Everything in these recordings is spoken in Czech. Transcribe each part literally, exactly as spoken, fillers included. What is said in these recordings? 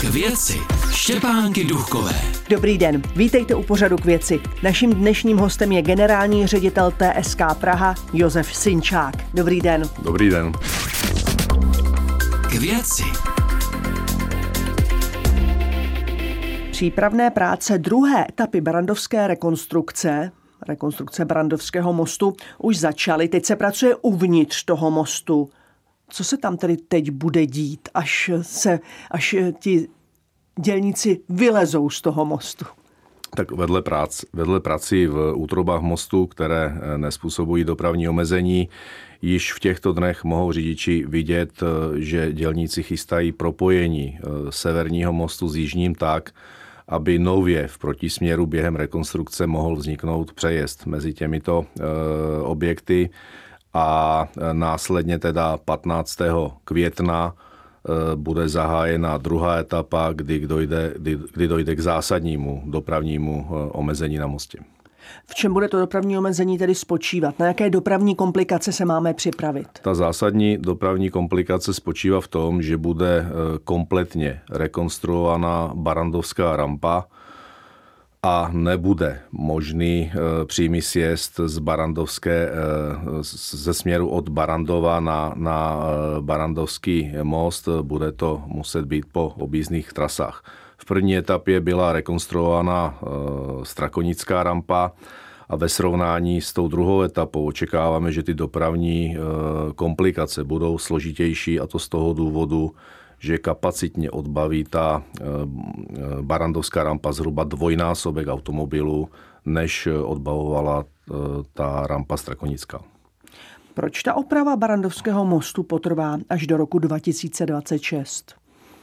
K věci Štěpánky Duchkové. Dobrý den, vítejte u pořadu K věci. Naším dnešním hostem je generální ředitel T S K Praha Josef Sinčák. Dobrý den. Dobrý den. K věci. Přípravné práce druhé etapy barrandovské rekonstrukce, rekonstrukce Barrandovského mostu, už začaly. Teď se pracuje uvnitř toho mostu. Co se tam tedy teď bude dít, až se, až ti dělníci vylezou z toho mostu? Tak vedle, prác, vedle prací v útrobách mostu, které nespůsobují dopravní omezení, již v těchto dnech mohou řidiči vidět, že dělníci chystají propojení severního mostu s jižním tak, aby nově v protisměru během rekonstrukce mohl vzniknout přejezd mezi těmito e, objekty a následně teda patnáctého května e, bude zahájena druhá etapa, kdy dojde, kdy, kdy dojde k zásadnímu dopravnímu e, omezení na mostě. V čem bude to dopravní omezení tedy spočívat? Na jaké dopravní komplikace se máme připravit? Ta zásadní dopravní komplikace spočívá v tom, že bude kompletně rekonstruovaná barrandovská rampa a nebude možný přímý sjezd z Barrandovské, ze směru od Barrandova na, na Barrandovský most. Bude to muset být po objízdných trasách. V první etapě byla rekonstruována Strakonická rampa a ve srovnání s tou druhou etapou očekáváme, že ty dopravní komplikace budou složitější, a to z toho důvodu, že kapacitně odbaví ta Barrandovská rampa zhruba dvojnásobek automobilů, než odbavovala ta rampa Strakonická. Proč ta oprava Barrandovského mostu potrvá až do roku dva tisíce dvacet šest?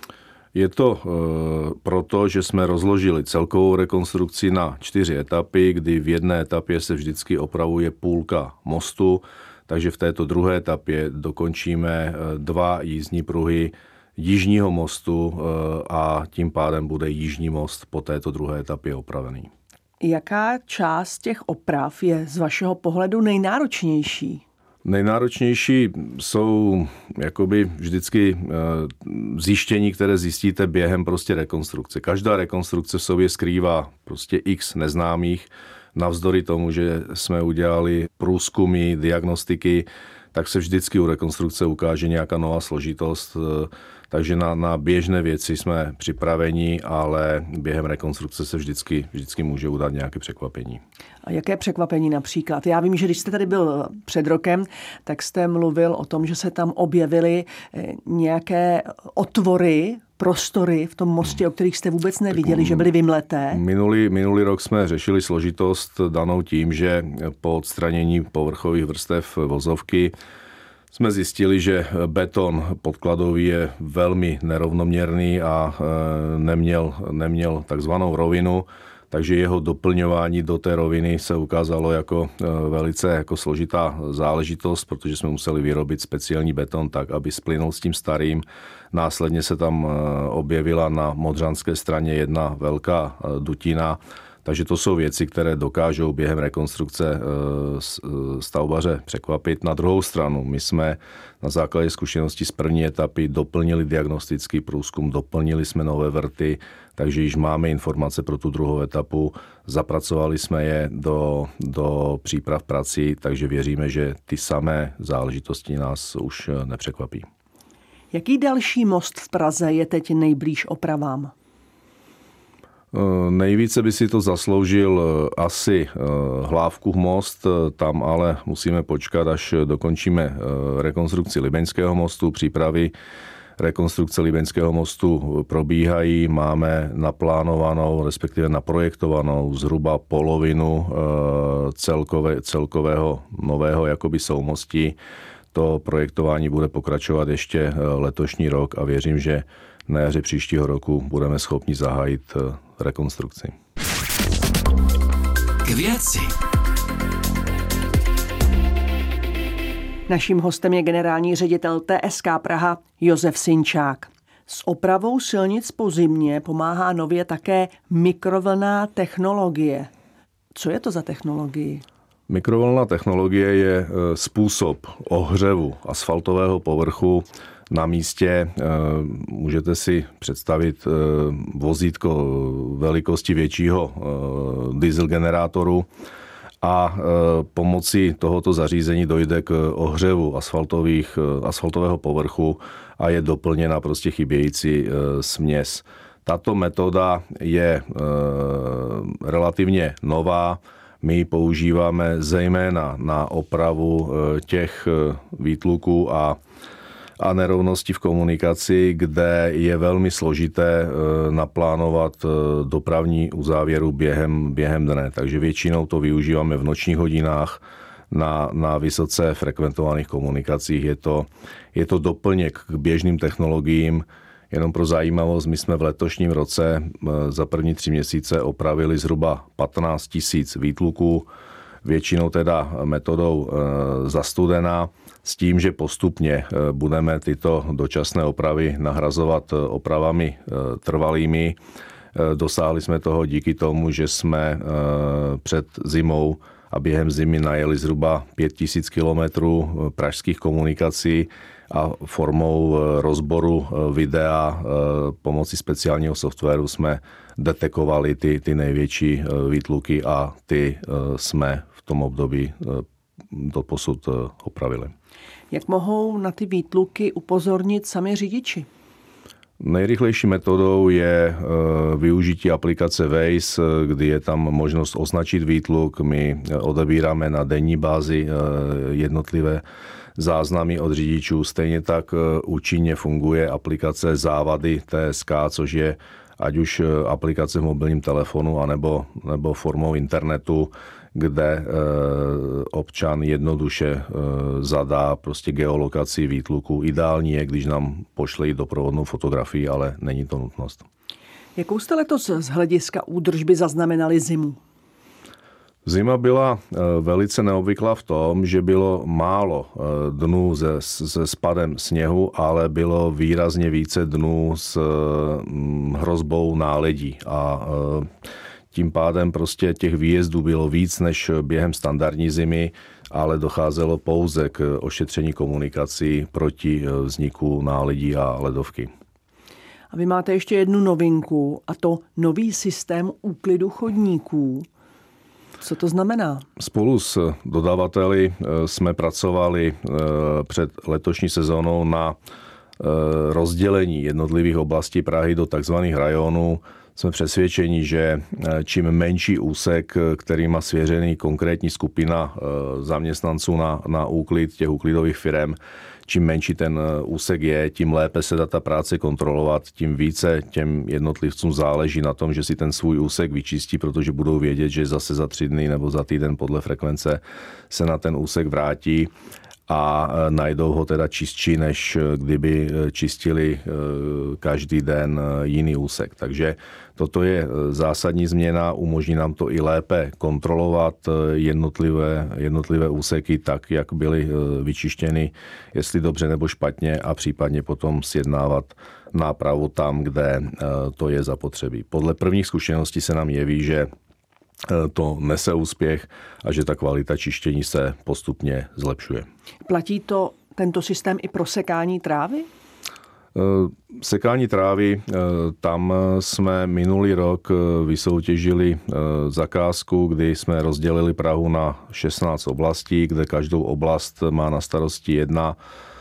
Je to e, proto, že jsme rozložili celkovou rekonstrukci na čtyři etapy, kdy v jedné etapě se vždycky opravuje půlka mostu, takže v této druhé etapě dokončíme dva jízdní pruhy jižního mostu e, a tím pádem bude jižní most po této druhé etapě opravený. Jaká část těch oprav je z vašeho pohledu nejnáročnější? Nejnáročnější jsou jakoby vždycky zjištění, které zjistíte během prostě rekonstrukce. Každá rekonstrukce v sobě skrývá prostě x neznámých. Navzdory tomu, že jsme udělali průzkumy, diagnostiky, tak se vždycky u rekonstrukce ukáže nějaká nová složitost. Takže na, na běžné věci jsme připraveni, ale během rekonstrukce se vždycky, vždycky může udat nějaké překvapení. A jaké překvapení například? Já vím, že když jste tady byl před rokem, tak jste mluvil o tom, že se tam objevily nějaké otvory, prostory v tom mostě, o kterých jste vůbec neviděli, tak že byly vymleté. Minulý, minulý rok jsme řešili složitost danou tím, že po odstranění povrchových vrstev vozovky jsme zjistili, že beton podkladový je velmi nerovnoměrný a neměl, neměl takzvanou rovinu, takže jeho doplňování do té roviny se ukázalo jako velice jako složitá záležitost, protože jsme museli vyrobit speciální beton tak, aby splynul s tím starým. Následně se tam objevila na modřanské straně jedna velká dutina. Takže to jsou věci, které dokážou během rekonstrukce stavbaře překvapit. Na druhou stranu, my jsme na základě zkušeností z první etapy doplnili diagnostický průzkum, doplnili jsme nové vrty, takže již máme informace pro tu druhou etapu. Zapracovali jsme je do, do příprav prací, takže věříme, že ty samé záležitosti nás už nepřekvapí. Jaký další most v Praze je teď nejblíž opravám? Nejvíce by si to zasloužil asi Hlávkův most, tam ale musíme počkat, až dokončíme rekonstrukci Libeňského mostu. Přípravy rekonstrukce Libeňského mostu probíhají, máme naplánovanou, respektive naprojektovanou zhruba polovinu celkové, celkového nového jakoby soumostí. To projektování bude pokračovat ještě letošní rok a věřím, že na jaře příštího roku budeme schopni zahájit rekonstrukci. K věci. Naším hostem je generální ředitel T S K Praha Josef Sinčák. S opravou silnic po zimě pomáhá nově také mikrovlnná technologie. Co je to za technologii? Mikrovlnná technologie je způsob ohřevu asfaltového povrchu Na místě můžete si představit vozítko velikosti většího diesel generátoru a pomocí tohoto zařízení dojde k ohřevu asfaltových, asfaltového povrchu a je doplněna prostě chybějící směs. Tato metoda je relativně nová. My ji používáme zejména na opravu těch výtluků a a nerovnosti v komunikaci, kde je velmi složité naplánovat dopravní uzávěru během, během dne. Takže většinou to využíváme v nočních hodinách na, na vysoce frekventovaných komunikacích. Je to, je to doplněk k běžným technologiím. Jenom pro zajímavost, my jsme v letošním roce za první tři měsíce opravili zhruba patnáct tisíc výtluků, většinou teda metodou zastudená, s tím, že postupně budeme tyto dočasné opravy nahrazovat opravami trvalými. Dosáhli jsme toho díky tomu, že jsme před zimou a během zimy najeli zhruba pět tisíc kilometrů pražských komunikací a formou rozboru videa pomocí speciálního softwaru jsme detekovali ty, ty největší výtluky a ty jsme v tom období doposud opravili. Jak mohou na ty výtluky upozornit sami řidiči? Nejrychlejší metodou je využití aplikace Waze, kdy je tam možnost označit výtluk. My odebíráme na denní bázi jednotlivé záznamy od řidičů. Stejně tak účinně funguje aplikace Závady T S K, což je ať už aplikace v mobilním telefonu, anebo, nebo formou internetu, kde občan jednoduše zadá prostě geolokaci výtluku. Ideální je, když nám pošle doprovodnou fotografii, ale není to nutnost. Jakou jste letos z hlediska údržby zaznamenali zimu? Zima byla velice neobvyklá v tom, že bylo málo dnů se, se spadem sněhu, ale bylo výrazně více dnů s hrozbou náledí. A tím pádem prostě těch výjezdů bylo víc než během standardní zimy, ale docházelo pouze k ošetření komunikací proti vzniku náledí a ledovky. A vy máte ještě jednu novinku, a to nový systém úklidu chodníků. Co to znamená? Spolu s dodavateli jsme pracovali před letošní sezónou na rozdělení jednotlivých oblastí Prahy do takzvaných rajonů. Jsme přesvědčeni, že čím menší úsek, který má svěřený konkrétní skupina zaměstnanců na, na úklid těch úklidových firem, čím menší ten úsek je, tím lépe se dá ta práce kontrolovat, tím více těm jednotlivcům záleží na tom, že si ten svůj úsek vyčistí, protože budou vědět, že zase za tři dny nebo za týden podle frekvence se na ten úsek vrátí a najdou ho teda čistší, než kdyby čistili každý den jiný úsek. Takže toto je zásadní změna, umožní nám to i lépe kontrolovat jednotlivé, jednotlivé úseky tak, jak byly vyčištěny, jestli dobře nebo špatně, a případně potom sjednávat nápravu tam, kde to je zapotřebí. Podle prvních zkušeností se nám jeví, že to nese úspěch a že ta kvalita čištění se postupně zlepšuje. Platí to tento systém i pro sekání trávy? Sekání trávy, tam jsme minulý rok vysoutěžili zakázku, kdy jsme rozdělili Prahu na šestnáct oblastí, kde každou oblast má na starosti jedna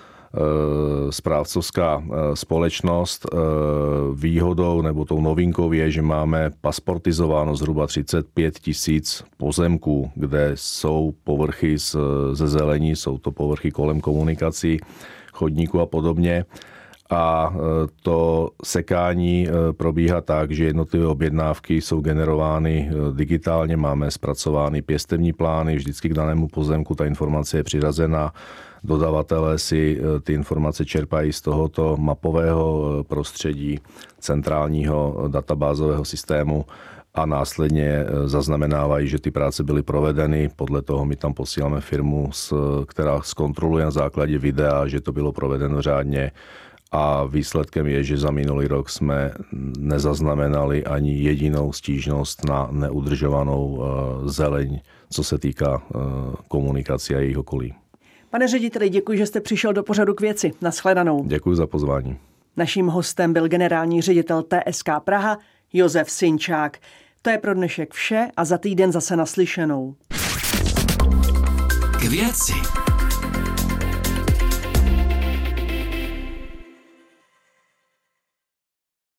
správcovská společnost. Výhodou nebo tou novinkou je, že máme pasportizováno zhruba třicet pět tisíc pozemků, kde jsou povrchy ze zelení, jsou to povrchy kolem komunikací, chodníků a podobně. A to sekání probíhá tak, že jednotlivé objednávky jsou generovány digitálně, máme zpracovány pěstební plány, vždycky k danému pozemku ta informace je přirazena. Dodavatelé si ty informace čerpají z tohoto mapového prostředí centrálního databázového systému a následně zaznamenávají, že ty práce byly provedeny. Podle toho my tam posíláme firmu, která zkontroluje na základě videa, že to bylo provedeno řádně. A výsledkem je, že za minulý rok jsme nezaznamenali ani jedinou stížnost na neudržovanou zeleň, co se týká komunikace a jejich okolí. Pane řediteli, děkuji, že jste přišel do pořadu K věci. Nashledanou. Děkuji za pozvání. Naším hostem byl generální ředitel T S K Praha Josef Sinčák. To je pro dnešek vše a za týden zase naslyšenou. K věci.